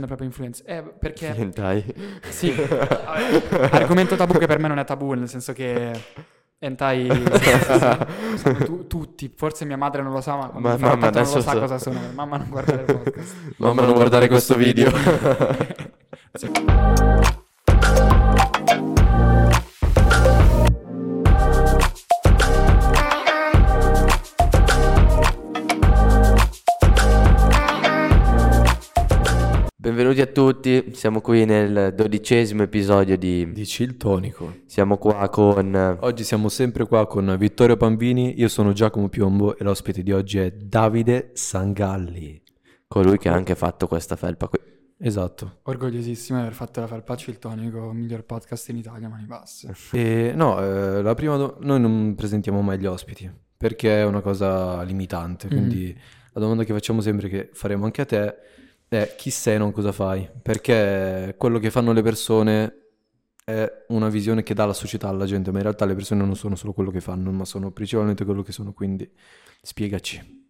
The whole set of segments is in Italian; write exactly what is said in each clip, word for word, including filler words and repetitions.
la propria influenza? Eh, perché... Hentai. Sì, vabbè, argomento tabù che per me non è tabù, nel senso che hentai sì, sanno tu- tutti, forse mia madre non lo sa, ma, Ma mio mamma, fratello non adesso lo sa so. cosa sono. Mamma non guardare il podcast. Mamma, non guardare questo video. Sì. Benvenuti a tutti, siamo qui nel dodicesimo episodio di... di Chill Tonico. Siamo qua con... Oggi siamo sempre qua con Vittorio Pambini, io sono Giacomo Piombo e l'ospite di oggi è Davide Sangalli. colui che ha anche fatto questa felpa qui. Esatto. Orgogliosissimo di aver fatto la Felpaccio il Tonico, miglior podcast in Italia, mani basse. E no, eh, la prima do- noi non presentiamo mai gli ospiti perché è una cosa limitante, quindi la domanda che facciamo sempre, che faremo anche a te, è chi sei e non cosa fai, perché quello che fanno le persone è una visione che dà la società alla gente, ma in realtà le persone non sono solo quello che fanno, ma sono principalmente quello che sono, quindi spiegaci.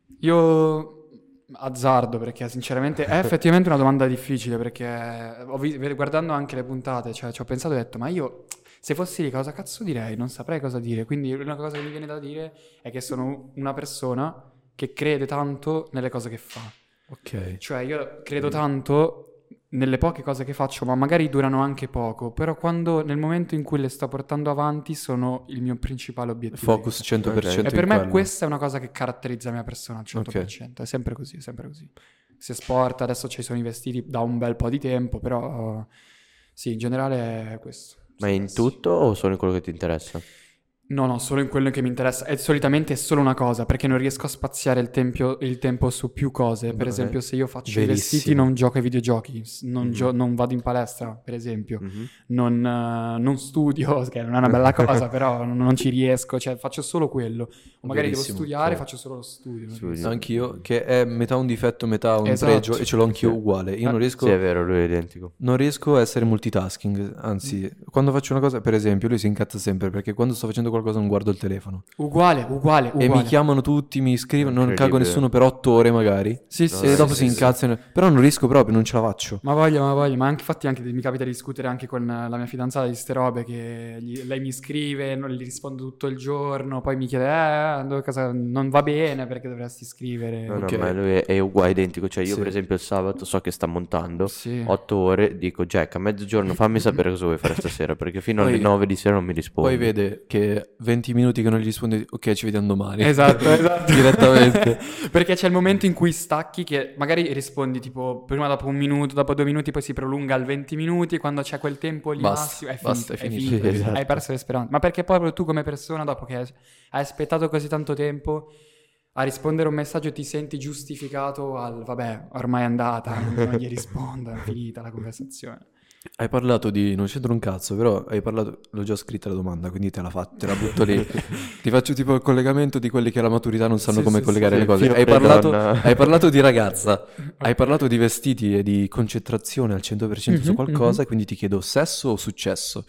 Io azzardo perché sinceramente è effettivamente una domanda difficile, perché ho vi- guardando anche le puntate, cioè ci ho pensato e ho detto, ma io se fossi lì cosa cazzo direi? Non saprei cosa dire, quindi l'unica cosa che mi viene da dire è che sono una persona che crede tanto nelle cose che fa. Ok. Cioè io credo tanto nelle poche cose che faccio, ma magari durano anche poco, però quando nel momento in cui le sto portando avanti sono il mio principale obiettivo. Focus cento per cento E per in me quello. questa è una cosa che caratterizza la mia persona al cento per cento, è sempre così, è sempre così. Si esporta, adesso ci sono i vestiti da un bel po' di tempo, però uh, sì, in generale è questo. Ma Sì, in sì. tutto o solo in quello che ti interessa? No, no, solo in quello che mi interessa. E solitamente è solo una cosa, perché non riesco a spaziare il, tempio- il tempo su più cose. Per Ok. esempio, se io faccio i Verissimo. vestiti, non gioco ai videogiochi, s- non, Mhm. gio- non vado in palestra, per esempio. Mhm. Non, eh, non studio, che non è una bella cosa, però non, non ci riesco, cioè faccio solo quello. O magari Verissimo, devo studiare, sì. faccio solo lo studio. non Studio. riesco. Anch'io, che è metà un difetto, metà un Esatto. pregio, e ce l'ho anch'io Sì. uguale. Io Eh, non riesco, Sì, è vero, lui è identico. non riesco a essere multitasking, anzi, quando faccio una cosa, per esempio, lui si incazza sempre perché quando sto facendo qualcosa non guardo il telefono. Uguale, uguale, uguale. E mi chiamano tutti, mi scrivono, non cago Incredibile. nessuno per otto ore magari. Sì, sì, E sì, dopo sì, si sì. incazzano, però non riesco proprio, non ce la faccio. Ma voglio, ma voglio, ma anche, infatti anche mi capita di discutere anche con la mia fidanzata di ste robe, che gli- lei mi scrive, non gli rispondo tutto il giorno, poi mi chiede, eh, dove- cosa, non va bene perché dovresti scrivere. No, no, Ok. ma lui è, è uguale, identico. Cioè io Sì. per esempio il sabato so che sta montando Sì. otto ore, dico Jack a mezzogiorno fammi sapere cosa vuoi fare stasera, perché fino Poi- alle nove di sera non mi rispondi. Poi vede che venti minuti che non gli rispondi, ok, ci vediamo domani. Esatto, esatto. Direttamente. Perché c'è il momento in cui stacchi, che magari rispondi tipo prima dopo un minuto, dopo due minuti, poi si prolunga al venti minuti, quando c'è quel tempo lì Basta, massimo, è basta, finito, è è finito. finito, Sì, esatto. hai perso le speranze. Ma perché proprio tu come persona, dopo che hai hai aspettato così tanto tempo a rispondere a un messaggio, ti senti giustificato al vabbè, ormai è andata, non, non gli rispondo, è finita la conversazione. Hai parlato di, non c'entra un cazzo, però hai parlato, l'ho già scritta la domanda, quindi te la, fa, te la butto lì. Ti faccio tipo il collegamento di quelli che alla maturità non sanno Sì, come sì, collegare sì, le cose. fiore Hai parlato, donna. hai parlato di ragazza, hai parlato di vestiti e di concentrazione al cento per cento su Mhm, qualcosa, mhm. e quindi ti chiedo sesso o successo?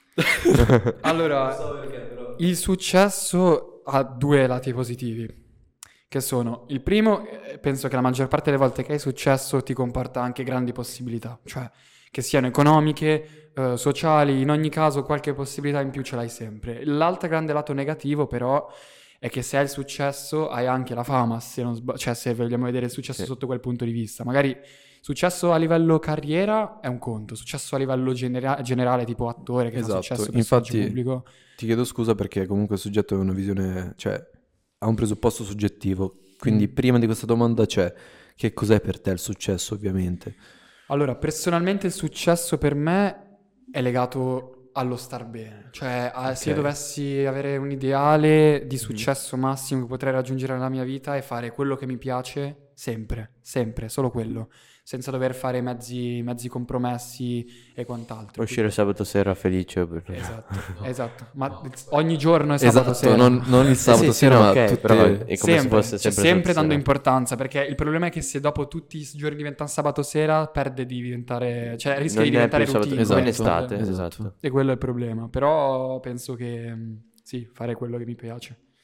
Allora, il successo ha due lati positivi, che sono, il primo, eh, penso che la maggior parte delle volte che hai successo ti comporta anche grandi possibilità, cioè che siano economiche, eh, sociali, in ogni caso qualche possibilità in più ce l'hai sempre. L'altro grande lato negativo però è che se hai il successo hai anche la fama, se non sba- cioè se vogliamo vedere il successo Sì. sotto quel punto di vista. Magari successo a livello carriera è un conto, successo a livello genera- generale tipo attore che Esatto, fa successo, personaggio infatti- pubblico. Ti chiedo scusa perché comunque il soggetto è una visione, cioè ha un presupposto soggettivo, quindi Mm. prima di questa domanda c'è che cos'è per te il successo, ovviamente. Allora, personalmente il successo per me è legato allo star bene. Cioè, a- se io Ok. dovessi avere un ideale di Mhm. successo massimo che potrei raggiungere nella mia vita è fare quello che mi piace sempre, sempre, solo quello, senza dover fare mezzi, mezzi compromessi e quant'altro. Uscire sabato sera felice. per- Esatto, esatto. Ma ogni giorno è sabato Esatto, sera. non, non il sabato Sì, sì, sera, no, ma ok, tutte... però è come se Sempre, fosse cioè, sempre sempre sabato dando sera. importanza, perché il problema è che se dopo tutti i giorni diventano sabato sera, perde di diventare, cioè rischia Non di è diventare più sabato- routine. come in Esatto, estate, esatto. esatto. E quello è il problema. Però penso che mh, sì, fare quello che mi piace.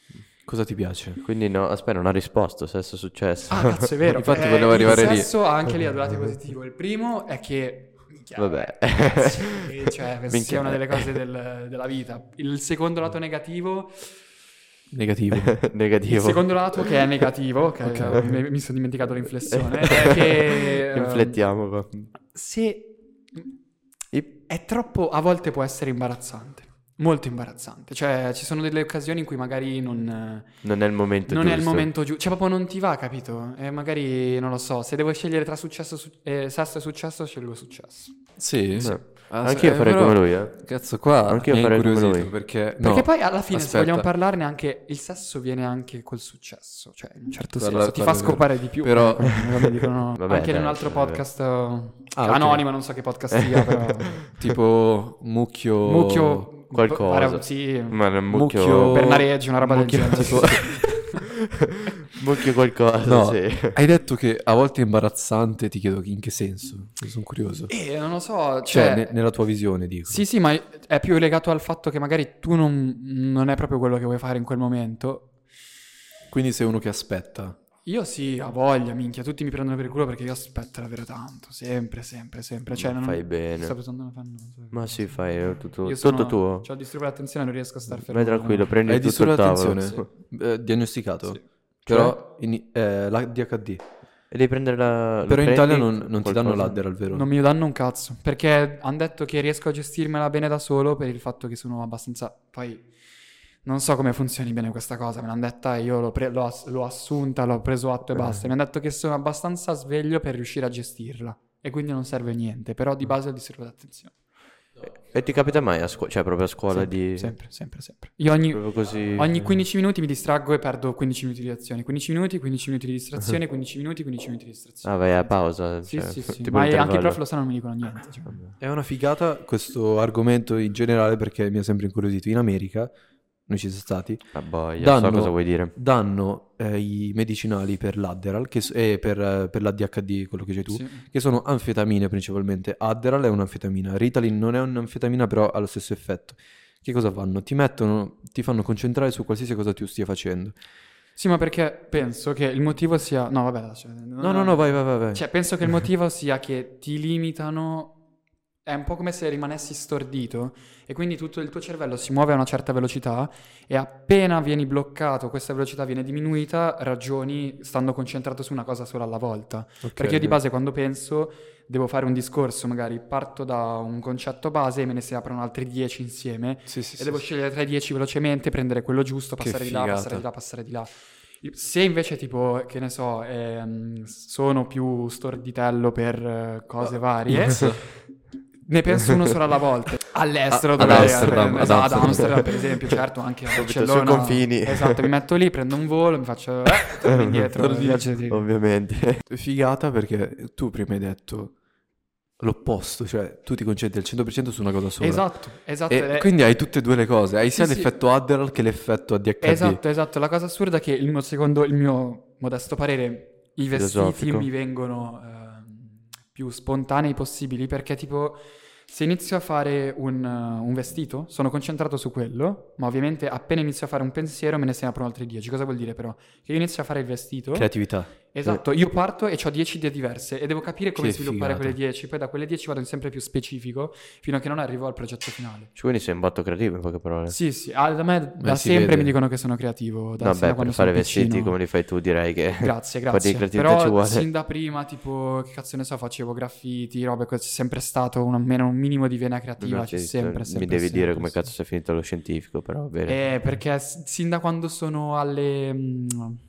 Cosa ti piace? Quindi no, aspetta, non ha risposto, sesso successo. Ah, cazzo, è vero. Infatti Eh, volevo arrivare il lì. sesso ha anche lì ha due lati positivi. Il primo è che... minchia, Vabbè. sì, cioè, penso Minchia. sia una delle cose del- della vita. Il secondo lato negativo... Negativo. Negativo. Il secondo lato che è negativo, che Ok. mi, mi sono dimenticato l'inflessione, è che... ehm, Inflettiamo qua. se I- è troppo, a volte può essere imbarazzante, molto imbarazzante. Cioè, ci sono delle occasioni in cui magari non, Non è il momento non giusto. è il momento giusto, cioè proprio non ti va, capito? E magari, non lo so, se devo scegliere tra successo su- eh, sesso e successo, scelgo successo. Sì, No. Ah, Anche io eh, farei però- come lui, eh. Cazzo, qua Anche io mi ha farei come incuriosito, lui. perché... Perché no, poi alla fine, se aspetta. vogliamo parlarne, anche il sesso viene anche col successo, cioè in un certo Parla- senso ti fa parla- scopare di più. però- eh, come- come dicono Vabbè, anche in un dai, altro vabbè. podcast eh, Ah, ok. anonimo, non so che podcast sia, però Tipo mucchio... mucchio Qualcosa. pare- sì, Ma non mucchio... Mucchio- Bernareggi, una roba del mucchio- genere. tipo- Mucchio qualcosa, No, sì. hai detto che a volte è imbarazzante, ti chiedo in che senso? Sono curioso. E non lo so, Cioè, cioè, ne- nella tua visione, dico. sì, sì, ma è più legato al fatto che magari tu non, non è proprio quello che vuoi fare in quel momento. Quindi sei uno che aspetta. Io sì, ho voglia, minchia, tutti mi prendono per il culo perché io aspetto davvero tanto, sempre, sempre, sempre. Cioè, Ma non fai bene. Sto pensando una fan, non so. Ma sì, fai è tutto, Io tutto sono, tuo. C'ho disturbo l'attenzione, non riesco a star fermo. Vai tranquillo, prendi Hai tutto disturbo il tavolo. l'attenzione? Eh, diagnosticato? Sì. Però in- eh, l'A D H D. E devi prendere la... lo Però in prendi? Italia non, non ti danno Qualcosa? l'Adder al vero. Non mi danno un cazzo, perché hanno detto che riesco a gestirmela bene da solo per il fatto che sono abbastanza... Poi non so come funzioni bene questa cosa, me l'hanno detta e io l'ho, pre- l'ho ass- l'ho assunta, l'ho preso atto e basta. Mi hanno detto che sono abbastanza sveglio per riuscire a gestirla e quindi non serve niente, però di base ho disturbo d'attenzione. E ti capita mai a scuola, cioè proprio a scuola Sempre, di... sempre, sempre, sempre. Io ogni, Proprio così... ogni quindici minuti mi distraggo e perdo quindici minuti di azione. quindici minuti, quindici minuti di distrazione, quindici minuti, quindici minuti di distrazione. Ah, vai a pausa. Sì, cioè, sì, sì. tipo Ma anche i intervallo. prof lo sanno, non mi dicono niente. cioè. È una figata questo argomento in generale perché mi ha sempre incuriosito. In America, noi ci siamo stati, Ah, boia, so danno, cosa vuoi dire. danno eh, i medicinali per l'Adderall che s- e per, eh, per l'A D H D, quello che c'hai tu, Sì. che sono anfetamine principalmente. Adderall è un'anfetamina, Ritalin non è un'anfetamina però ha lo stesso effetto. Che cosa fanno? Ti mettono, ti fanno concentrare su qualsiasi cosa tu stia facendo. Sì, ma perché penso che il motivo sia... No, vabbè, cioè, No, no, no, vai, vai, vai. vai. Cioè, penso che il motivo sia che ti limitano... È un po' come se rimanessi stordito e quindi tutto il tuo cervello si muove a una certa velocità e appena vieni bloccato, questa velocità viene diminuita, ragioni stando concentrato su una cosa sola alla volta. Ok. Perché io di base quando penso devo fare un discorso, magari parto da un concetto base e me ne si aprono altri dieci insieme Sì, sì, e sì, devo sì. scegliere tra i dieci velocemente, prendere quello giusto, Che passare di là, figata. passare di là, passare di là. Se invece tipo, che ne so, ehm, sono più storditello per eh, cose varie, ne penso uno solo alla volta. All'estero, A- dove ad Amsterdam, eh, ad esatto, ad Amsterdam. Amsterdam per esempio, certo, anche a Subito sui Barcellona. confini. Esatto, mi metto lì, prendo un volo, mi faccio eh, torno indietro, Torni viaggio di- Ovviamente. Figata perché tu prima hai detto l'opposto, cioè tu ti concentri al cento per cento su una cosa sola. Esatto, esatto. E eh, quindi hai tutte e due le cose, hai sia Sì, sì. l'effetto Adderall che l'effetto A D H D. Esatto, esatto. La cosa assurda è che il mio secondo, il mio modesto parere, i vestiti Filosofico. mi vengono ehm, più spontanei possibili perché tipo se inizio a fare un, uh, un vestito sono concentrato su quello, ma ovviamente appena inizio a fare un pensiero me ne se ne aprono altri dieci. Cosa vuol dire però? Che io inizio a fare il vestito. Creatività. Esatto, io parto e ho dieci idee diverse e devo capire come Che sviluppare figata. quelle dieci, poi da quelle dieci vado in sempre più specifico fino a che non arrivo al progetto finale. Cioè, quindi sei un botto creativo in poche parole. Sì, sì, ah, da me da si sempre vede. mi dicono che sono creativo, da, No, sin da beh, quando per fare sono vestiti piccino. come li fai tu direi che... Grazie, un po' di grazie. creatività Però ci vuole. sin da prima, tipo, che cazzo ne so, facevo graffiti, robe, c'è sempre stato un, almeno un minimo di vena creativa, Non c'è ci- sempre, Mi sempre, devi sempre, dire come sì. cazzo sei finito lo scientifico, però bene. Eh, perché s- sin da quando sono alle, mm,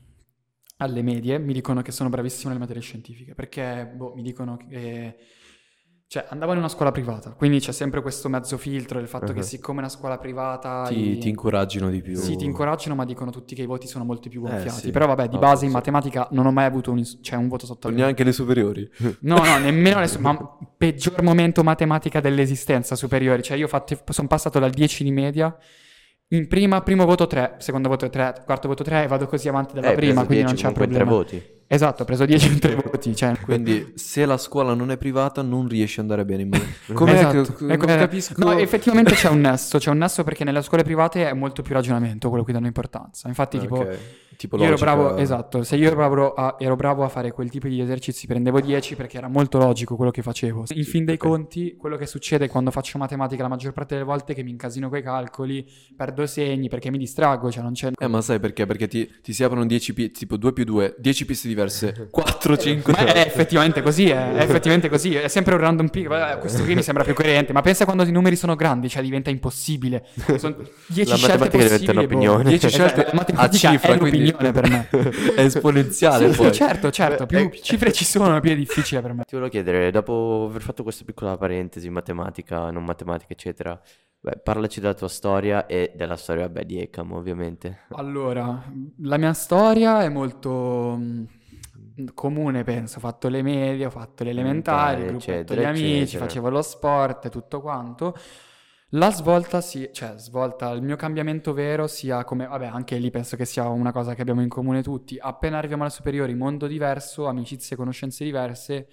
alle medie mi dicono che sono bravissimo nelle materie scientifiche, perché, boh, mi dicono che... Cioè, andavo in una scuola privata, quindi c'è sempre questo mezzo filtro del fatto che Uh-huh. siccome è una scuola privata... Ti, i- ti incoraggino di più. Sì, ti incoraggiano, ma dicono tutti che i voti sono molto più gonfiati. sì. Però vabbè, di No, base in sì. matematica non ho mai avuto un, ins- cioè, un voto sotto al Neanche le superiori. No, no, nemmeno adesso, ma peggior momento matematica dell'esistenza superiori. Cioè io sono passato dal dieci di media, in prima, primo voto tre, secondo voto tre, quarto voto tre e vado così avanti dalla Eh, hai prima, preso quindi dieci non c'è comunque in tre problema. voti. Esatto, ho preso dieci in tre voti, cioè... Quindi se la scuola non è privata non riesci ad andare bene in modo. Com'è Esatto. che Ecco, non eh, capisco. No, effettivamente c'è un nesso, c'è un nesso perché nelle scuole private è molto più ragionamento quello che danno importanza. Infatti, Ah, tipo, ok. Tipo io ero logica. bravo, esatto, se io ero bravo, a, ero bravo a fare quel tipo di esercizi prendevo dieci perché era molto logico quello che facevo. In fin dei ok. conti, quello che succede quando faccio matematica la maggior parte delle volte è che mi incasino coi calcoli, perdo segni perché mi distraggo, cioè non c'è... Eh, ma sai perché? Perché ti, ti si aprono dieci pi- tipo due più due, dieci piste diverse, quattro, cinque. Ma è effettivamente così, è, è effettivamente così, è sempre un random pick. Vabbè, questo qui mi sembra più coerente, ma pensa quando i numeri sono grandi, cioè diventa impossibile. Sono dieci La scelte matematica diventa possibili, un'opinione. boh. dieci scelte a la matematica cifra, è quindi un'opinione per me. è esponenziale Sì, poi. certo, certo, più Eh, cifre ci sono, più è difficile per me. Ti volevo chiedere, dopo aver fatto questa piccola parentesi, matematica, non matematica, eccetera, beh, parlaci della tua storia e della storia, vabbè, di Ecam, ovviamente. Allora, la mia storia è molto mh, comune, penso. Ho fatto le medie, ho fatto le elementari, il Elementari, gruppetto di eccetera, amici, eccetera. facevo lo sport e tutto quanto. La svolta, sì, cioè svolta, il mio cambiamento vero sia come, vabbè, anche lì penso che sia una cosa che abbiamo in comune tutti. Appena arriviamo alle superiori, mondo diverso, amicizie, conoscenze diverse,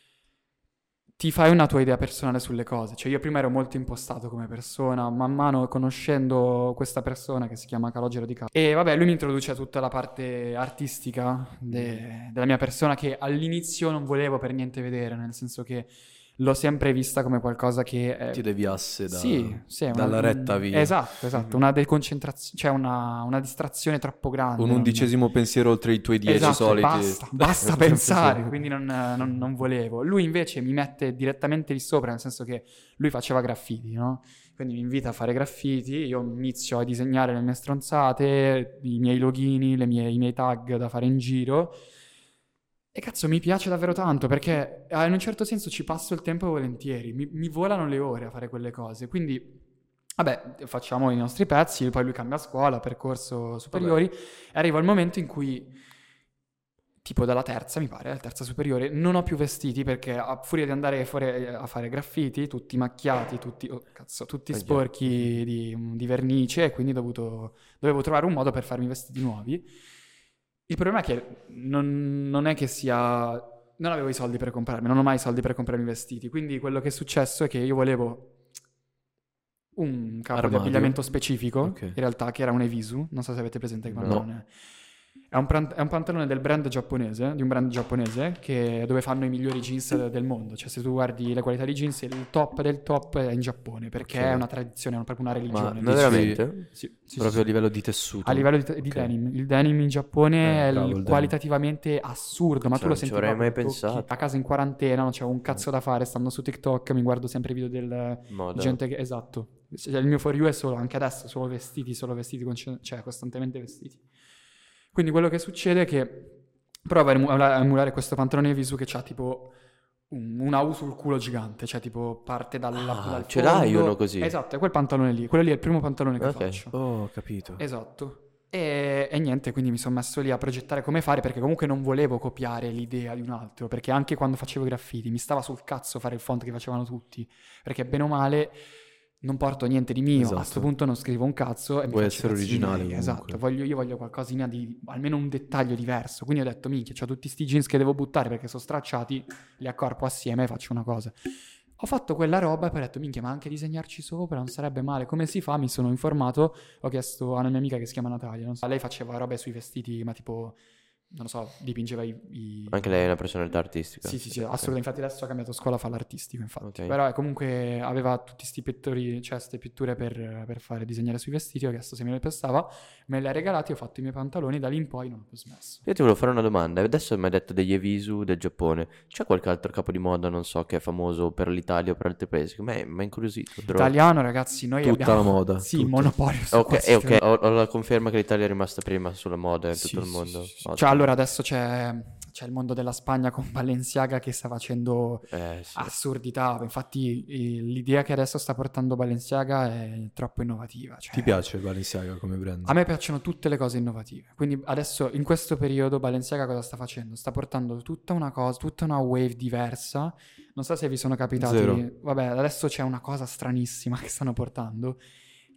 ti fai una tua idea personale sulle cose. Cioè io prima ero molto impostato come persona, man mano conoscendo questa persona che si chiama Calogero Di Caro. E vabbè, lui mi introduce a tutta la parte artistica de- della mia persona che all'inizio non volevo per niente vedere, nel senso che l'ho sempre vista come qualcosa che... è- Ti deviasse da, sì, sì, una- dalla retta via. Esatto, esatto, una deconcentrazione, cioè una, una distrazione troppo grande. Un non- undicesimo pensiero oltre i tuoi dieci Esatto, soliti. basta, basta pensare, quindi non, non- non volevo. Lui invece mi mette direttamente lì sopra, nel senso che lui faceva graffiti, no? Quindi mi invita a fare graffiti, io inizio a disegnare le mie stronzate, i miei logini, le mie- i miei tag da fare in giro. E cazzo, mi piace davvero tanto perché eh, in un certo senso ci passo il tempo volentieri, mi, mi volano le ore a fare quelle cose. Quindi, vabbè, facciamo i nostri pezzi, poi lui cambia scuola, percorso superiori, e arriva il momento in cui, tipo dalla terza, mi pare, la terza superiore, non ho più vestiti perché a furia di andare fuori a fare graffiti, tutti macchiati, tutti, oh, cazzo, tutti Oh, yeah. sporchi di, di vernice, e quindi ho dovuto, dovevo trovare un modo per farmi vestiti nuovi. Il problema è che non, non è che sia... Non avevo i soldi per comprarmi, non ho mai i soldi per comprarmi i vestiti, quindi quello che è successo è che io volevo un capo di Armadio. abbigliamento specifico, Ok. in realtà, che era un Evisu, non so se avete presente che No. pantalone è. È un, pran- è un pantalone del brand giapponese, di un brand giapponese, che, dove fanno i migliori jeans del mondo. Cioè, se tu guardi le qualità di jeans, il top del top è in Giappone, perché Ok. è una tradizione, è proprio una religione. dici- Ma veramente? Sì, sì, Proprio sì, a livello di tessuto. a livello di, di Ok. denim. Il denim in Giappone Eh, è bravo, il- il denim. qualitativamente assurdo, ma Cioè, tu lo non ci senti avrei proprio, mai tocchi. pensato. A casa in quarantena, non c'avevo un cazzo da fare, stando su TikTok, mi guardo sempre i video del... Moda. Gente che... Esatto. Cioè, il mio For You è solo, anche adesso, solo vestiti, solo vestiti, con- cioè costantemente vestiti. Quindi quello che succede è che provo a emu- a emulare questo pantalone Visu che ha tipo un- una U sul culo gigante, cioè tipo parte dalla, Ah, dal ce l'hai fondo. uno così? Esatto, è quel pantalone lì, quello lì è il primo pantalone che Ok. faccio. Oh, ho capito. Esatto. E, e niente, quindi mi sono messo lì a progettare come fare, perché comunque non volevo copiare l'idea di un altro, perché anche quando facevo i graffiti mi stava sul cazzo fare il font che facevano tutti, perché bene o male non porto niente di mio, a Esatto. questo punto non scrivo un cazzo e mi Vuoi faccio i essere cazzi originale miei. comunque. Esatto, voglio, io voglio qualcosina di, almeno un dettaglio diverso, quindi ho detto, minchia, c'ho tutti sti jeans che devo buttare perché sono stracciati, li accorpo assieme e faccio una cosa. Ho fatto quella roba e poi ho detto, minchia, ma anche disegnarci sopra non sarebbe male. Come si fa? Mi sono informato, ho chiesto a una mia amica che si chiama Natalia, non so, lei faceva robe sui vestiti, ma tipo, non lo so, dipingeva i... i- Anche lei è una personalità artistica. Sì, sì, sì, Ok. assolutamente. Infatti adesso ha cambiato scuola, fa l'artistico, infatti. Ok. Però eh, comunque aveva tutti sti pittori, cioè ste pitture per, per fare disegnare sui vestiti. Ho chiesto se me le prestava, me le ha regalati, ho fatto i miei pantaloni, da lì in poi non ho più smesso. Io ti volevo fare una domanda. Adesso mi hai detto degli Evisu del Giappone. C'è qualche altro capo di moda, non so, che è famoso per l'Italia o per altri paesi? Che me mi ha incuriosito. Dovrò- Italiano, ragazzi, noi Tutta abbiamo... la moda, Sì, tutta. monopolio su Ok, questi eh, ok, ho, ho la conferma che l'Italia è rimasta prima sulla moda in Sì, tutto il sì, mondo. sì, sì. Ottimo. Cioè, allora adesso c'è, c'è il mondo della Spagna con Balenciaga che sta facendo Eh, sì. assurdità. Infatti, eh, l'idea che adesso sta portando Balenciaga è troppo innovativa. Cioè, Ti piace Balenciaga come brand? a me piacciono tutte le cose innovative. Quindi adesso, in questo periodo, Balenciaga cosa sta facendo? Sta portando tutta una cosa, tutta una wave diversa. Non so se vi sono capitati. Zero. Vabbè, adesso c'è una cosa stranissima che stanno portando,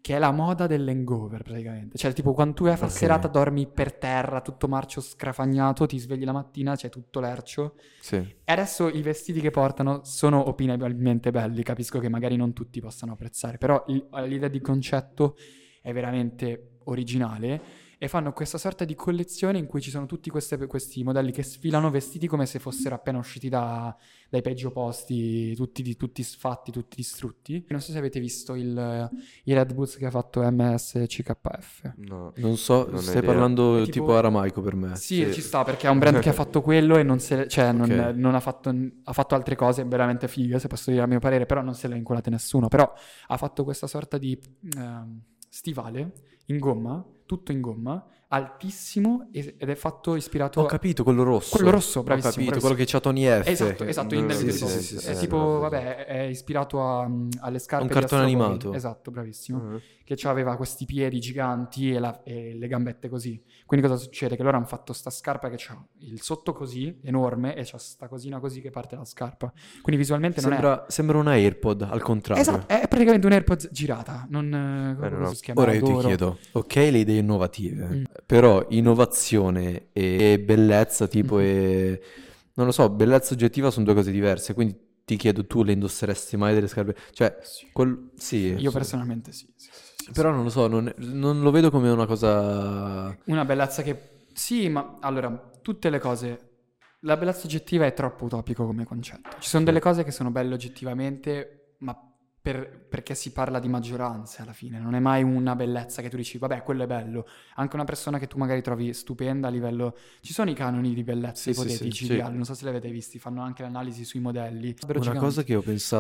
che è la moda dell'hangover praticamente. Cioè tipo quando tu vai a far Ok. serata dormi per terra, tutto marcio scrafagnato, ti svegli la mattina, c'è tutto lercio. Sì. E adesso i vestiti che portano sono opinibilmente belli, capisco che magari non tutti possano apprezzare, però il- l'idea di concetto è veramente originale e fanno questa sorta di collezione in cui ci sono tutti queste- questi modelli che sfilano vestiti come se fossero appena usciti da- dai peggio posti, tutti, di- tutti sfatti, tutti distrutti. Non so se avete visto il, i Red Boots che ha fatto M S C K F. No. Non so, Non ho stai idea. parlando È tipo, tipo- aramaico per me. Sì, Sì. ci sta perché è un brand che ha fatto quello e non se cioè non, Ok. non ha fatto ha fatto altre cose veramente fighe, se posso dire a mio parere, però non se le ha incolate nessuno, però ha fatto questa sorta di ehm, stivale in gomma, tutto in gomma, altissimo e- ed è fatto ispirato Ho capito, quello rosso. Quello rosso, Ho bravissimo, capito, bravissimo. quello che c'ha Tony F. Esatto, che- esatto, non in lo David sì, Bowie. sì, sì, È sì, tipo, non lo so. vabbè, è ispirato a, alle scarpe Un di cartone Astro Boy. animato. Esatto, bravissimo. Mm. Che aveva questi piedi giganti e, la- e le gambette così. Quindi cosa succede? Che loro hanno fatto sta scarpa che c'ha il sotto così, enorme, e c'ha sta cosina così che parte la scarpa. Quindi visualmente non è... Sembra, sembra una AirPod, al contrario. Esatto, è praticamente un AirPods girata. Non... eh, come no, no. si chiama? Ora io ti D'oro. chiedo, ok le idee innovative, Mm. però innovazione e bellezza tipo Mhm. e... non lo so, bellezza oggettiva sono due cose diverse, quindi ti chiedo, tu le indosseresti mai delle scarpe? Cioè, Sì. quel... sì, Io sì. personalmente sì. sì, sì, sì, sì. Però non lo so, non, non lo vedo come una cosa... Una bellezza che... Sì, ma allora, tutte le cose... La bellezza oggettiva è troppo utopico come concetto. Ci sono delle cose che sono belle oggettivamente, ma per- perché si parla di maggioranze alla fine. Non è mai una bellezza che tu dici, vabbè, quello è bello. Anche una persona che tu magari trovi stupenda a livello... Ci sono i canoni di bellezza Sì, sì, ipotetici, sì, di sì. altri, non so se li avete visti, fanno anche l'analisi sui modelli. Davvero Una giganti. cosa che ho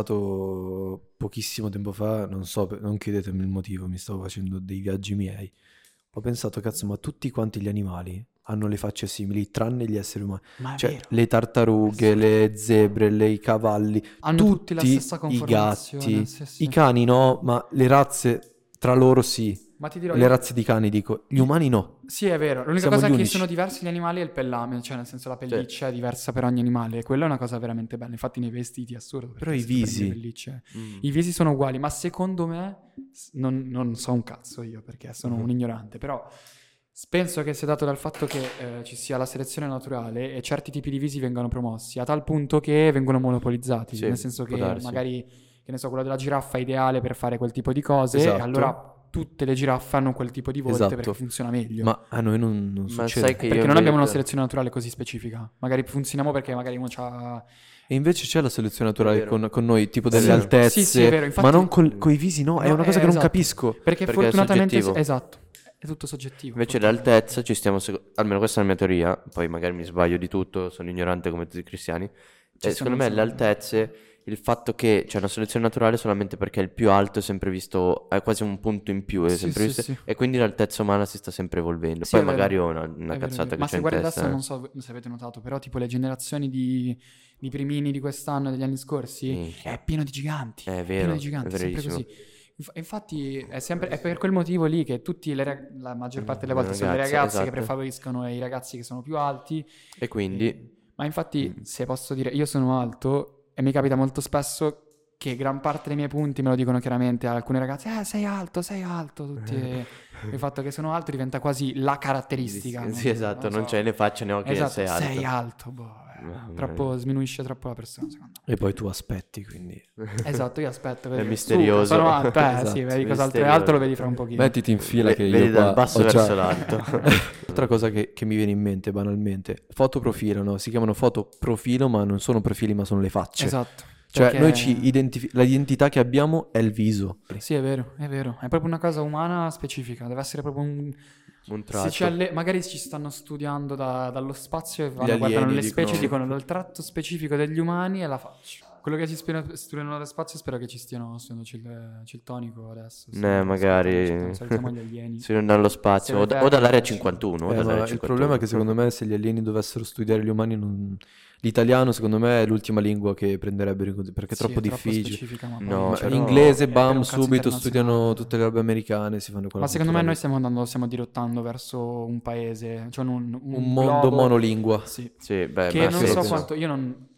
pensato pochissimo tempo fa, non so, non chiedetemi il motivo, mi stavo facendo dei viaggi miei. Ho pensato, cazzo, ma tutti quanti gli animali hanno le facce simili, tranne gli esseri umani. Ma è Cioè, vero. le tartarughe, le zebre, le, i cavalli, Hanno tutti la stessa i conformazione, gatti, sì, sì. i cani no, ma le razze tra loro sì. Ma ti dirò... Le razze di cani dico, gli umani no. Sì, è vero. L'unica Siamo cosa gli è che unici. sono diversi gli animali è il pellame, cioè nel senso la pelliccia è diversa per ogni animale. E quella è una cosa veramente bella. Infatti nei vestiti è assurdo. perché Però i se tu prendi visi- le pellicce- Mm. I visi sono uguali, ma secondo me s- non, non so un cazzo io perché sono un ignorante, però s- penso che sia dato dal fatto che eh, ci sia la selezione naturale e certi tipi di visi vengono promossi a tal punto che vengono monopolizzati, Sì, nel senso può che darsi. magari, che ne so, quello della giraffa è ideale per fare quel tipo di cose Esatto. e allora tutte le giraffe hanno quel tipo di volte Esatto. perché funziona meglio. Ma a noi non, non Ma succede. sai che Perché io non abbiamo una invece- selezione naturale così specifica. Magari funzioniamo perché magari uno c'ha... E invece c'è la selezione È naturale vero. con, con noi, tipo delle Sì. altezze, Sì, sì, è vero, infatti- ma non col, coi visi, no, è No, una cosa eh, che non esatto. capisco. Perché, Perché è fortunatamente... soggettivo. Esatto. È tutto soggettivo. Invece fortunatamente. l'altezza ci stiamo, sec- almeno questa è la mia teoria, poi magari mi sbaglio di tutto, sono ignorante come tutti i cristiani. Ci Eh, sono secondo me solo- le altezze, il fatto che c'è una selezione naturale solamente perché il più alto è sempre visto, è quasi un punto in più, è Sì, sempre sì, visto, sì. e quindi l'altezza umana si sta sempre evolvendo. Sì, Poi è vero. magari ho una, una È vero, è cazzata vero. che Ma c'è se in guardi testa. adesso, eh. non so se avete notato, però tipo le generazioni di, di primini di quest'anno e degli anni scorsi Minchia. è pieno di giganti. È pieno vero, di giganti, è sempre verissimo. così. Inf- Infatti è sempre è per quel motivo lì che tutti le rag- la maggior parte delle Le volte sono le ragazze, ragazze che esatto. preferiscono i ragazzi che sono più alti. E quindi, Ma infatti, Mm. se posso dire, io sono alto e mi capita molto spesso che gran parte dei miei punti me lo dicono chiaramente alcune ragazze, eh, sei alto, sei alto, tutti. e il fatto che sono alto diventa quasi la caratteristica. sì, no? sì, esatto, non so. c'è né faccia né occhi, Esatto, sei alto. sei alto, boh, eh, Mamma troppo, mia. sminuisce troppo la persona, secondo E poi tu aspetti, quindi... me. Esatto, io aspetto. vedi, misterioso. su, sono alto, eh, Esatto, sì, vedi cos'altro è misterioso. alto, lo vedi fra un pochino. Mettiti in fila Ve- che vedi io dal qua basso ho già- verso l'alto. Altra cosa che, che mi viene in mente banalmente, fotoprofilo, no? Si chiamano fotoprofilo, ma non sono profili, ma sono le facce. Esatto. Cioè, perché- noi ci identifi- l'identità che abbiamo è il viso. Sì, è vero, è vero. È proprio una cosa umana specifica, deve essere proprio un... Un Se tratto. ci alle- magari ci stanno studiando da- dallo spazio e vanno, alieni guardano le dicono- specie e dicono il tratto specifico degli umani è la faccia. Quello che ci spiegano- studiano dallo spazio spero che ci stiano studiando cil- Ciltonico adesso. sì. Eh, magari- Salutiamo- Salutiamo gli alieni. Se non dallo spazio, Se o, da- avete- o dall'area cinquantuno. o Eh, dall'area ma il cinquantuno. problema è che secondo me se gli alieni dovessero studiare gli umani, non- l'italiano secondo me è l'ultima lingua che prenderebbero in considerazione, perché è Sì, troppo difficile. specifica, ma No, poi- Ma però- l'inglese, è per bam, un cazzo subito studiano internazionale. tutte le robe americane, si fanno quella Ma secondo me cultura noi lì. stiamo andando, stiamo dirottando verso un paese, cioè un, un un mondo globo- monolingua. Sì. Sì, beh, Che ma non sì, so sì. quanto, io non,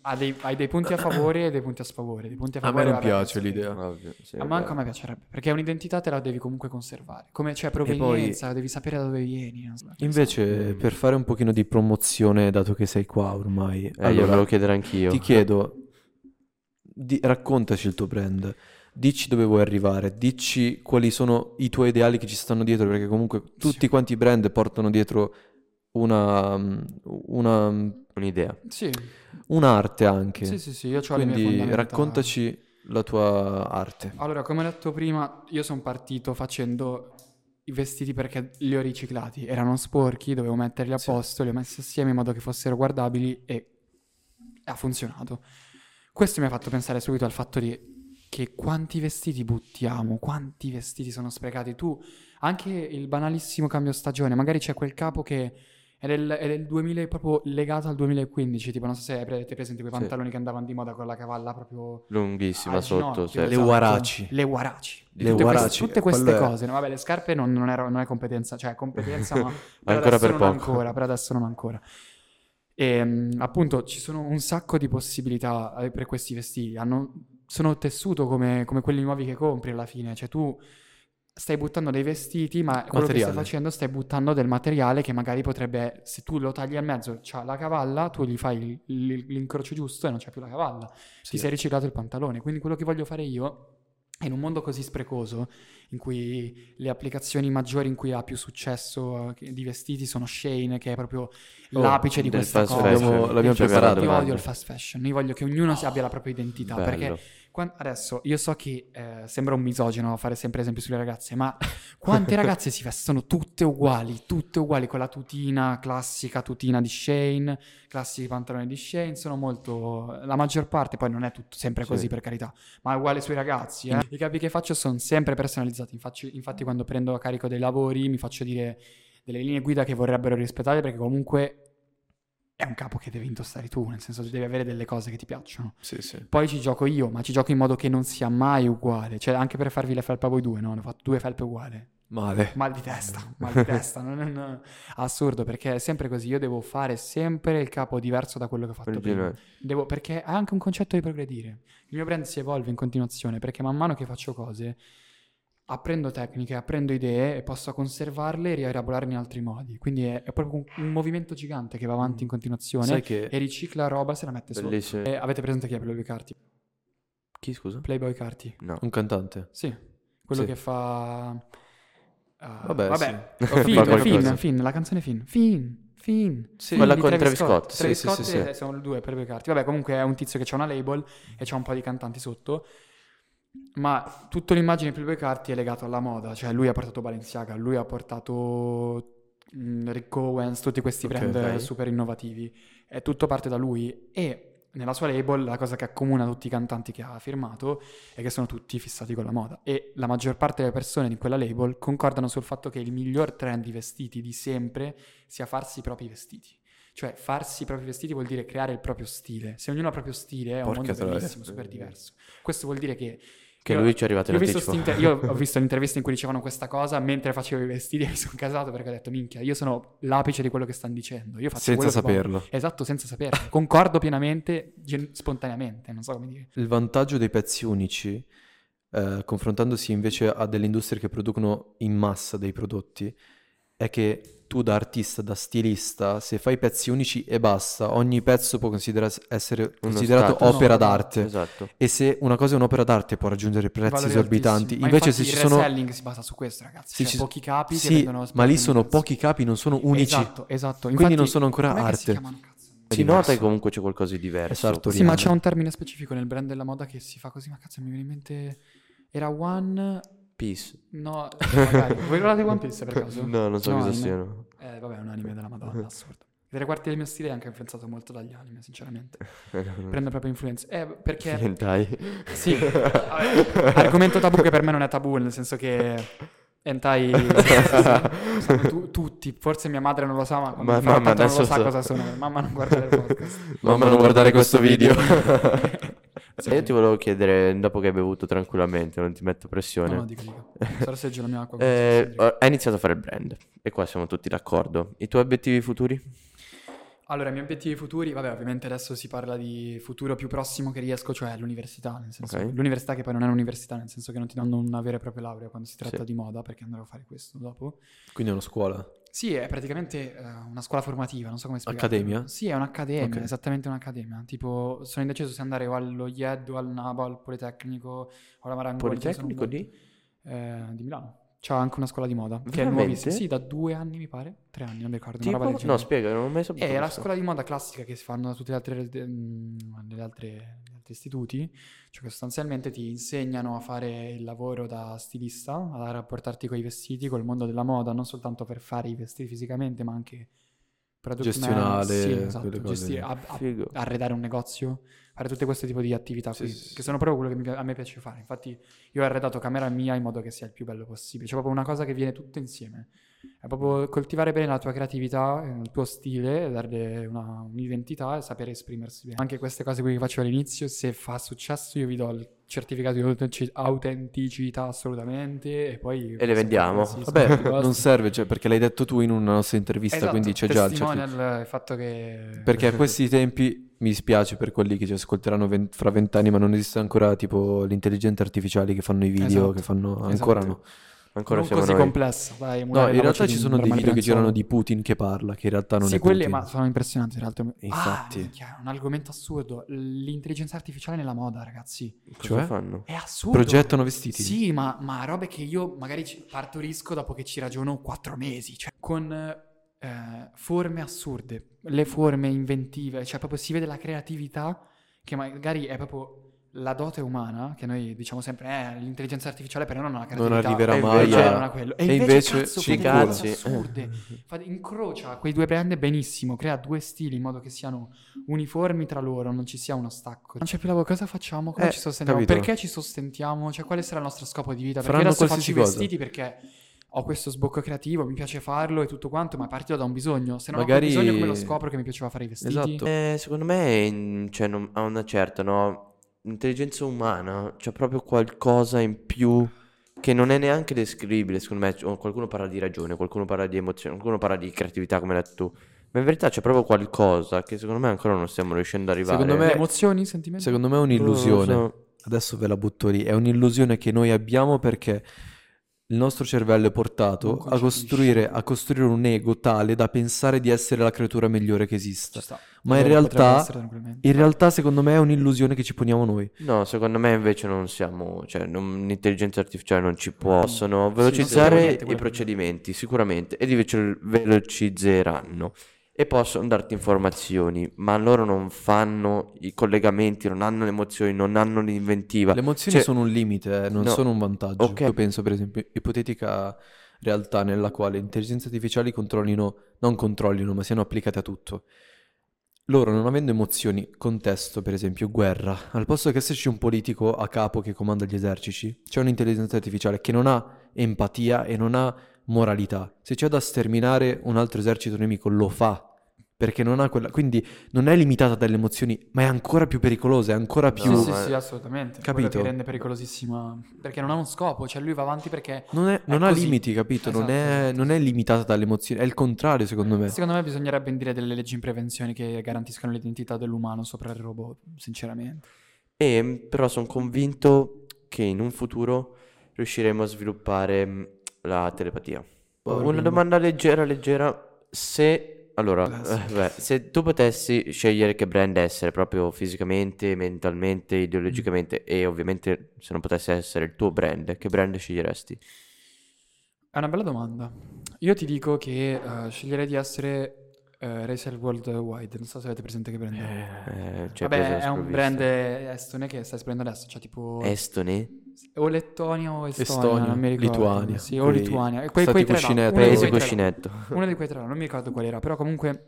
ha dei, hai dei punti a favore e dei punti a sfavore. Dei punti a A me favore, non vabbè, piace penso che- l'idea. Ovvio, sì, Ma vabbè. manco a me piacerebbe, perché un'identità te la devi comunque conservare. Come c'è provenienza, devi sapere da dove vieni. non so. Invece, per fare un pochino di promozione, dato che sei qua ormai, Eh, io allora, volevo chiedere anch'io. ti chiedo, di- raccontaci il tuo brand, dici dove vuoi arrivare, dici quali sono i tuoi ideali che ci stanno dietro, perché comunque tutti quanti i brand portano dietro una, una- Un'idea. Sì, un'arte anche. sì, sì, sì, io ho le mie Quindi fondamentali. raccontaci la tua arte. Allora, come ho detto prima, io sono partito facendo i vestiti perché li ho riciclati. Erano sporchi, dovevo metterli a Sì. posto, li ho messi assieme in modo che fossero guardabili e ha funzionato. Questo mi ha fatto pensare subito al fatto di che quanti vestiti buttiamo, quanti vestiti sono sprecati. Tu, anche il banalissimo cambio stagione, magari c'è quel capo che è del, è del duemila, proprio legato al duemilaquindici, tipo non so se hai pre- avete presente quei Sì. pantaloni che andavano di moda con la cavalla proprio Lunghissima al sotto. ginocchio, Sì. Le esatto. huaraci. Le huaraci. Le tutte huaraci, queste, tutte queste quello è- cose. No, vabbè, le scarpe non, non, ero- non è competenza, cioè è competenza, ma per Ancora adesso per non poco. ancora, per adesso non ancora. E mh, appunto ci sono un sacco di possibilità eh, per questi vestiti. Hanno- sono tessuto come, come quelli nuovi che compri alla fine. Cioè tu stai buttando dei vestiti, ma quello che Materiale. stai facendo stai buttando del materiale che magari potrebbe, se tu lo tagli al mezzo, c'ha la cavalla, tu gli fai il- il- l'incrocio giusto e non c'è più la cavalla. Sì. Ti sei riciclato il pantalone. Quindi quello che voglio fare io, in un mondo così sprecoso, in cui le applicazioni maggiori in cui ha più successo eh, che- di vestiti sono Shein, che è proprio Oh, l'apice di del questa fast cosa. fashion. L'abbiamo- l'abbiamo Io ci avevo preparato. una Io domanda. odio il fast fashion, io voglio che ognuno si abbia la propria identità, Bello. perché quan- adesso io so che eh, sembra un misogino fare sempre esempi sulle ragazze, ma quante ragazze si vestono tutte uguali, tutte uguali con la tutina classica, tutina di Shein, classici pantaloni di Shein, sono molto, la maggior parte, poi non è tutto sempre Sì. così per carità, ma è uguale sui ragazzi, eh. I capi che faccio sono sempre personalizzati, infatti, infatti quando prendo a carico dei lavori mi faccio dire delle linee guida che vorrebbero rispettare, perché comunque è un capo che devi indossare tu, nel senso che devi avere delle cose che ti piacciono. Sì, sì. Poi ci gioco io, ma ci gioco in modo che non sia mai uguale. Cioè, anche per farvi le felpe a voi due, no? Ne ho fatto due felpe uguali. Male. Mal di testa, mal di testa. Non è non- assurdo, perché è sempre così. Io devo fare sempre il capo diverso da quello che ho fatto prima. Originale. Devo, perché è anche un concetto di progredire. Il mio brand si evolve in continuazione, perché man mano che faccio cose, apprendo tecniche, apprendo idee e posso conservarle e rielaborarne in altri modi. Quindi è, è proprio un, un movimento gigante che va avanti in continuazione Sai che e ricicla roba e se la mette sotto. Bellissimo. E avete presente chi è Playboy Carti? Chi, scusa? Playboy Carti. No. un cantante? Sì, quello Sì. che fa... uh, Vabbè, vabbè. sì. Fa Finn, qualcosa. Finn, Finn, la canzone Finn. Finn, Finn. Sì. Quella di con Travis Scott. Sì, Travis sì, Scott sì, sì. e sono due Playboy Carti. Vabbè, comunque è un tizio che ha una label e c'ha un po' di cantanti sotto. Ma tutta l'immagine di Playboy Carti è legato alla moda. Cioè lui ha portato Balenciaga, lui ha portato mh, Rick Owens, tutti questi Ok, brand ok. super innovativi. È tutto parte da lui. E nella sua label la cosa che accomuna tutti i cantanti che ha firmato è che sono tutti fissati con la moda. E la maggior parte delle persone di quella label concordano sul fatto che il miglior trend di vestiti di sempre sia farsi i propri vestiti. Cioè farsi i propri vestiti vuol dire creare il proprio stile. Se ognuno ha il proprio stile è un Porca mondo troia. bellissimo, super diverso. Questo vuol dire che Che io- lui ci è arrivato in io ho, visto anticipo. sti inter- io ho visto l'intervista in cui dicevano questa cosa mentre facevo i vestiti e mi sono casato perché ho detto minchia, io sono l'apice di quello che stanno dicendo. Io faccio Senza quello che voglio. saperlo. Esatto, senza saperlo. Concordo pienamente, gen- spontaneamente, non so come dire. Il vantaggio dei pezzi unici, eh, confrontandosi invece a delle industrie che producono in massa dei prodotti, è che tu da artista, da stilista, se fai pezzi unici e basta, ogni pezzo può considera- essere Uno considerato status. opera No, d'arte. Esatto. E se una cosa è un'opera d'arte può raggiungere prezzi Valori esorbitanti, altissimi. Ma invece se infatti ci il sono... reselling si basa su questo, ragazzi. se Cioè, ci- pochi capi che Sì, vendono ma lì spesso sono un prezzo. pochi capi, non sono unici. Esatto, esatto. Quindi Infatti, non sono ancora com'è che si arte. chiamano, cazzo? Si diverso. nota che comunque c'è qualcosa di diverso. È sartoriale. Sì, ma c'è un termine specifico nel brand della moda che si fa così, ma cazzo mi viene in mente... Era One... Peace. No, magari. Voi guardate One Piece per caso? No, non so No, cosa anime. siano. Eh, vabbè, è un anime della Madonna, assurdo. I tre quarti del mio stile è anche influenzato molto dagli anime, sinceramente. Prendo proprio influenze. Eh, perché... Hentai. Sì, vabbè, argomento tabù che per me non è tabù, nel senso che... Hentai sanno tu- tutti, forse mia madre non lo sa, ma quando Ma mi farò mamma tanto non lo adesso sa so. cosa sono. Mamma non guarda il podcast. Mamma, non guardare questo video. Sì, E io ti volevo chiedere, dopo che hai bevuto tranquillamente, non ti metto No, pressione. no, dico, dico. Sorseggio la mia acqua. Eh, come si hai iniziato a fare il brand e qua siamo tutti d'accordo. I tuoi obiettivi futuri? Allora, i miei obiettivi futuri, vabbè, ovviamente adesso si parla di futuro più prossimo che riesco, cioè l'università, nel senso, Ok. l'università che poi non è un'università, nel senso che non ti danno una vera e propria laurea quando si tratta Sì. di moda, perché andrò a fare questo dopo. Quindi è una scuola. Sì, è praticamente eh, una scuola formativa, non so come spiegare. Accademia? Sì, è un'accademia, Ok. esattamente un'accademia. Tipo, sono indeciso se andare o allo I E D o al N A B O, al Politecnico o alla Marangoni. ce ne sono Politecnico molte. di? Eh, di Milano. C'ha anche una scuola di moda, che è Veramente? nuovissima. Sì, da due anni mi pare, tre anni, non mi ricordo, una roba del Tipo? No, genere. spiega, non ho mai saputo È la questo. scuola di moda classica che si fanno da tutti gli altri, mm, gli altri, gli altri istituti, cioè che sostanzialmente ti insegnano a fare il lavoro da stilista, a rapportarti con i vestiti, col mondo della moda, non soltanto per fare i vestiti fisicamente, ma anche product Gestionale, man- sì, esatto, quelle cose gestire, lì. a- a- Figo. arredare un negozio, fare tutte queste tipo di attività Sì, qui, sì, sì. che sono proprio quello che mi pi- a me piace fare. Infatti io ho arredato camera mia in modo che sia il più bello possibile, c'è proprio una cosa che viene tutto insieme. È proprio coltivare bene la tua creatività, eh, il tuo stile, darle una- un'identità e sapere esprimersi bene. Anche queste cose qui che facevo all'inizio, se fa successo io vi do il certificato di autentici- autenticità assolutamente e poi... E le vendiamo. Sì, Vabbè, sono tutti non costi. serve, cioè, perché l'hai detto tu in una nostra intervista, Esatto, quindi c'è già il certificato. testimonial, il fatto che... Perché a questi tempi mi dispiace per quelli che ci ascolteranno ven- fra vent'anni, ma non esiste ancora tipo l'intelligenza artificiale che fanno i video, Esatto, che fanno ancora esatto. no. Ancora non siamo così noi. complessa, dai, No, emulare in la realtà voce ci di sono dei Brahma video che Liranzolo. girano di Putin che parla, che in realtà non Sì, è quelli, Putin. ma sono impressionanti in realtà. Infatti. Ah, minchia, è un argomento assurdo. L'intelligenza artificiale nella moda, ragazzi. Cosa Cioè? fanno? È assurdo. Progettano vestiti. Sì, ma, ma robe che io magari ci partorisco dopo che ci ragiono quattro mesi. Cioè, con eh, forme assurde, le forme inventive. Cioè, proprio si vede la creatività che magari è proprio la dote umana, che noi diciamo sempre, eh, l'intelligenza artificiale per noi non ha Non creatività. arriverà E mai invece- a... non ha quello. E, e invece, invece cazzo, ci fa delle cose incazzi. assurde. Fa- incrocia quei due brand benissimo, crea due stili in modo che siano uniformi tra loro, non ci sia uno stacco. Non c'è più lavoro, cosa facciamo? Come Eh, ci sosteniamo? capito. Perché ci sostentiamo? Cioè, quale sarà il nostro scopo di vita? Perché Faranno adesso faccio i qualsiasi cosa. vestiti perché ho questo sbocco creativo, mi piace farlo e tutto quanto, ma partito da un bisogno. Se non Magari- ho quel bisogno, come lo scopro che mi piaceva fare i vestiti? Esatto. Eh, secondo me è in- cioè, non- ha una certa, no? Intelligenza umana, c'è proprio qualcosa in più che non è neanche descrivibile, secondo me. Cioè, qualcuno parla di ragione, qualcuno parla di emozione, qualcuno parla di creatività, come hai detto tu. Ma in verità c'è proprio qualcosa che secondo me ancora non stiamo riuscendo ad arrivare. Secondo me- Le emozioni, i sentimenti? Secondo me è Non un'illusione. lo so. Adesso ve la butto lì. È un'illusione che noi abbiamo perché il nostro cervello è portato Non a concepisce. costruire, a costruire un ego tale da pensare di essere la creatura migliore che Ci esista. sta. Ma in Davvero, potrebbe realtà, essere tranquillamente. in realtà, secondo me, è un'illusione che ci poniamo noi. No, secondo me invece non siamo, cioè non- l'intelligenza artificiale non ci possono non velocizzare sappiamo niente, i quello è il procedimenti, sicuramente, ed invece velocizzeranno e possono darti informazioni, ma loro non fanno i collegamenti, non hanno le emozioni, non hanno l'inventiva. Le emozioni Cioè, sono un limite, eh, non no, sono un vantaggio. ok. Io penso, per esempio, ipotetica realtà nella quale intelligenze artificiali controllino, non controllino, ma siano applicate a tutto. Loro, non avendo emozioni, contesto, per esempio, guerra, al posto che esserci un politico a capo che comanda gli eserciti, c'è un'intelligenza artificiale che non ha empatia e non ha moralità. Se c'è da sterminare un altro esercito nemico, lo fa. Perché non ha quella... Quindi non è limitata dalle emozioni, ma è ancora più pericolosa, è ancora più... Sì, sì, ma- sì, assolutamente. Capito? Quello che rende pericolosissima. Perché non ha uno scopo, cioè lui va avanti perché Non, è- non è ha così. limiti, capito? non, Esatto, è, esatto. non è limitata dalle emozioni, è il contrario, secondo me. Secondo me bisognerebbe indire delle leggi in prevenzione che garantiscano l'identità dell'umano sopra il robot, sinceramente. E però sono convinto che in un futuro riusciremo a sviluppare mh, la telepatia. Una domanda leggera, leggera. Se allora, Classico. eh, beh, se tu potessi scegliere che brand essere proprio fisicamente, mentalmente, ideologicamente e ovviamente se non potesse essere il tuo brand, che brand sceglieresti? È una bella domanda. Io ti dico che eh, sceglierei di essere eh, Racer Worldwide. Non so se avete presente che brand è. Eh, cioè, preso Vabbè, alla è un sprovvista. brand estone che sta esplodendo adesso, cioè tipo Estone? o Lettonia o Estonia, Estonia, non mi ricordo. Lituania, Sì, o quei Lituania. E quei, stati quei tre là, cuscinetto. uno di Paese quei tre là. cuscinetto. Uno di quei tre, là, non mi ricordo qual era, però comunque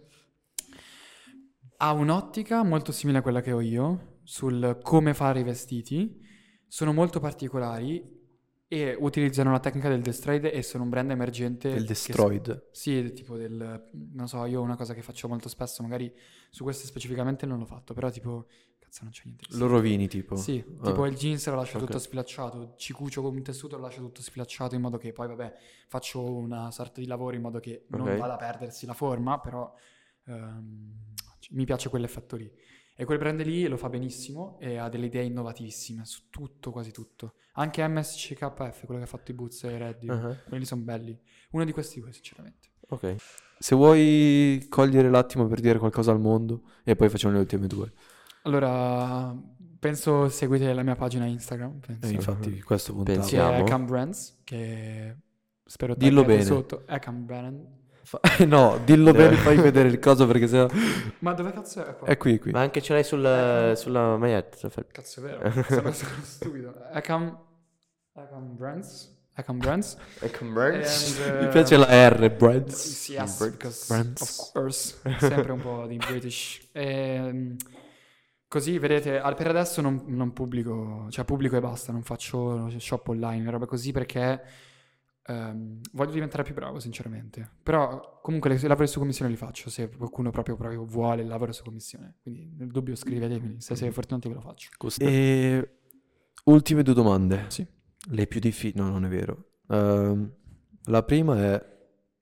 ha un'ottica molto simile a quella che ho io sul come fare i vestiti, sono molto particolari e utilizzano la tecnica del destroyed e sono un brand emergente. Il che- destroyed. Sì, tipo del, non so, io una cosa che faccio molto spesso, magari su questo specificamente non l'ho fatto, però tipo, cazzo non c'è niente. di Lo rovini, tipo. sì, Ah. tipo il jeans lo lascio ok. tutto sfilacciato, ci cucio con un tessuto lo lascio tutto sfilacciato in modo che poi vabbè faccio una sorta di lavoro in modo che non Ok. vada a perdersi la forma, però Ehm, mi piace quell'effetto lì. E quel brand lì lo fa benissimo e ha delle idee innovativissime su tutto, quasi tutto. Anche M S C K F, quello che ha fatto i Boots e i Red, Uh-huh. quelli sono belli. Uno di questi due, sinceramente. Ok. Se vuoi cogliere l'attimo per dire qualcosa al mondo e poi facciamo le ultime due. Allora, penso seguite la mia pagina Instagram, penso. Eh, infatti, questo puntavo. Pensi- Che è Siamo? Ecam Brands, che spero Dillo taggate bene. sotto. Ecam Brand. Fa- no, dillo bene, fai vedere il coso perché sennò... Ma dove cazzo è qua? È qui, qui. Ma anche ce l'hai sul, sulla maglietta. Fer- Cazzo è vero, sono, sono stupido. Ecam, Ecam Brands. Ecam Brands. Ecco, And, Mi uh, piace la R, Brands. Yes, Brands. because Brands. of course, sempre un po' di British. Ehm, così vedete, al- per adesso non, non pubblico, cioè pubblico e basta, non faccio shop online, roba così perché ehm, voglio diventare più bravo, sinceramente. Però comunque le- i lavori su commissione li faccio, se qualcuno proprio, proprio vuole il lavoro su commissione. Quindi nel dubbio scrivetemi, se siete fortunati ve lo faccio. E ultime due domande. Sì. Le più difficili, no, non è vero. Ehm, la prima è: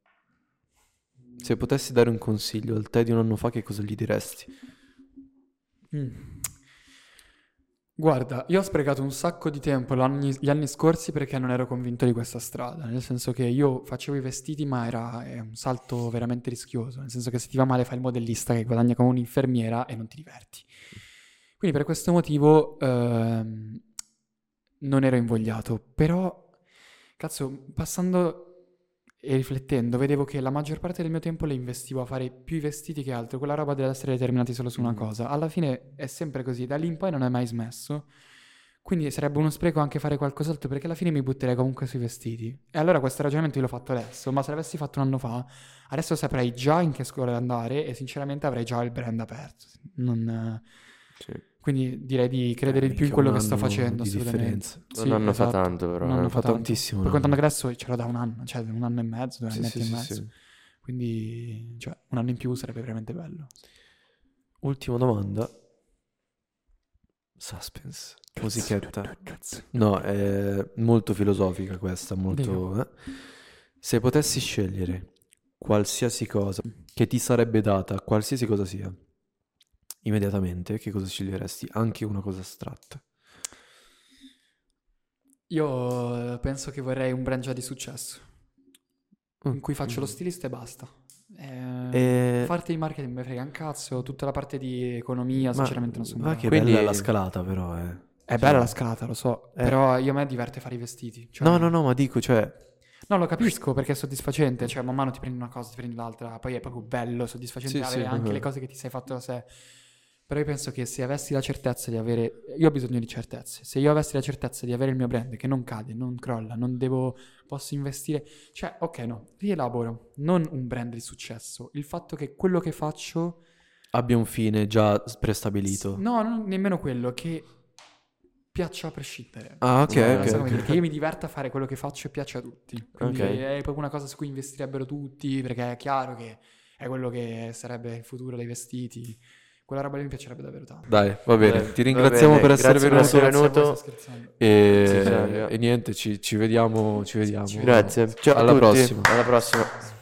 se potessi dare un consiglio al te di un anno fa, che cosa gli diresti? Mm. Guarda, io ho sprecato un sacco di tempo l'anni- gli anni scorsi perché non ero convinto di questa strada, nel senso che io facevo i vestiti ma era è un salto veramente rischioso, nel senso che se ti va male fai il modellista che guadagna come un'infermiera e non ti diverti. Quindi per questo motivo ehm, non ero invogliato, però cazzo, passando e riflettendo, vedevo che la maggior parte del mio tempo le investivo a fare più i vestiti che altro. Quella roba deve essere determinati solo su una Mm. cosa. Alla fine è sempre così, da lì in poi non è mai smesso. Quindi sarebbe uno spreco anche fare qualcos'altro, perché alla fine mi butterei comunque sui vestiti. E allora questo ragionamento io l'ho fatto adesso, ma se l'avessi fatto un anno fa, adesso saprei già in che scuola andare e sinceramente avrei già il brand aperto. Non... Sì. Quindi direi di credere Eh, di più in mica quello un che sto anno facendo, di assolutamente. differenza. Sì, Un anno fa esatto. tanto, però. Un anno eh. fa Fa tanto. tantissimo, Poi un contando anno. che adesso ce l'ho da un anno, cioè un anno e mezzo, due Sì, annetti sì, e sì, mezzo. sì. Quindi, cioè, un anno in più sarebbe veramente bello. Ultima domanda. Suspense. Musichetta. No, è molto filosofica questa, molto... eh. Se potessi scegliere qualsiasi cosa che ti sarebbe data, qualsiasi cosa sia, immediatamente, che cosa sceglieresti? Anche una cosa astratta. Io eh, penso che vorrei un brand già di successo, in cui faccio lo stilista e basta. Eh, E... Parte di marketing mi frega un cazzo, tutta la parte di economia, Ma sinceramente non sono va bravo. che Quindi- bella la scalata però, eh. È bella la scalata, lo so, Eh. però io a me diverte fare i vestiti. Cioè, No, no, no, ma dico, cioè... No, lo capisco perché è soddisfacente, cioè man mano ti prendi una cosa, ti prendi l'altra, poi è proprio bello, soddisfacente Sì, avere sì, anche uh-huh. le cose che ti sei fatto da sé. Però io penso che se avessi la certezza di avere... Io ho bisogno di certezze. Se io avessi la certezza di avere il mio brand che non cade, non crolla, non devo... Posso investire... Cioè, ok, no, rielaboro. Non un brand di successo. Il fatto che quello che faccio... Abbia un fine già prestabilito. No, non nemmeno quello, che piaccia a prescindere. Ah, ok, Cioè, non ok, so come ok. dire, che io mi diverta a fare quello che faccio e piace a tutti. Quindi Ok. è proprio una cosa su cui investirebbero tutti, perché è chiaro che è quello che sarebbe il futuro dei vestiti. Quella roba lì mi piacerebbe davvero tanto. Dai, va bene. Dai, Ti va ringraziamo bene, per essere grazie per venuto. essere Grazie a voi, venuto. sto scherzando. E, Sì, Sergio. e niente, ci, ci vediamo, ci vediamo. Grazie. Ciao Alla a tutti. prossima. Alla prossima.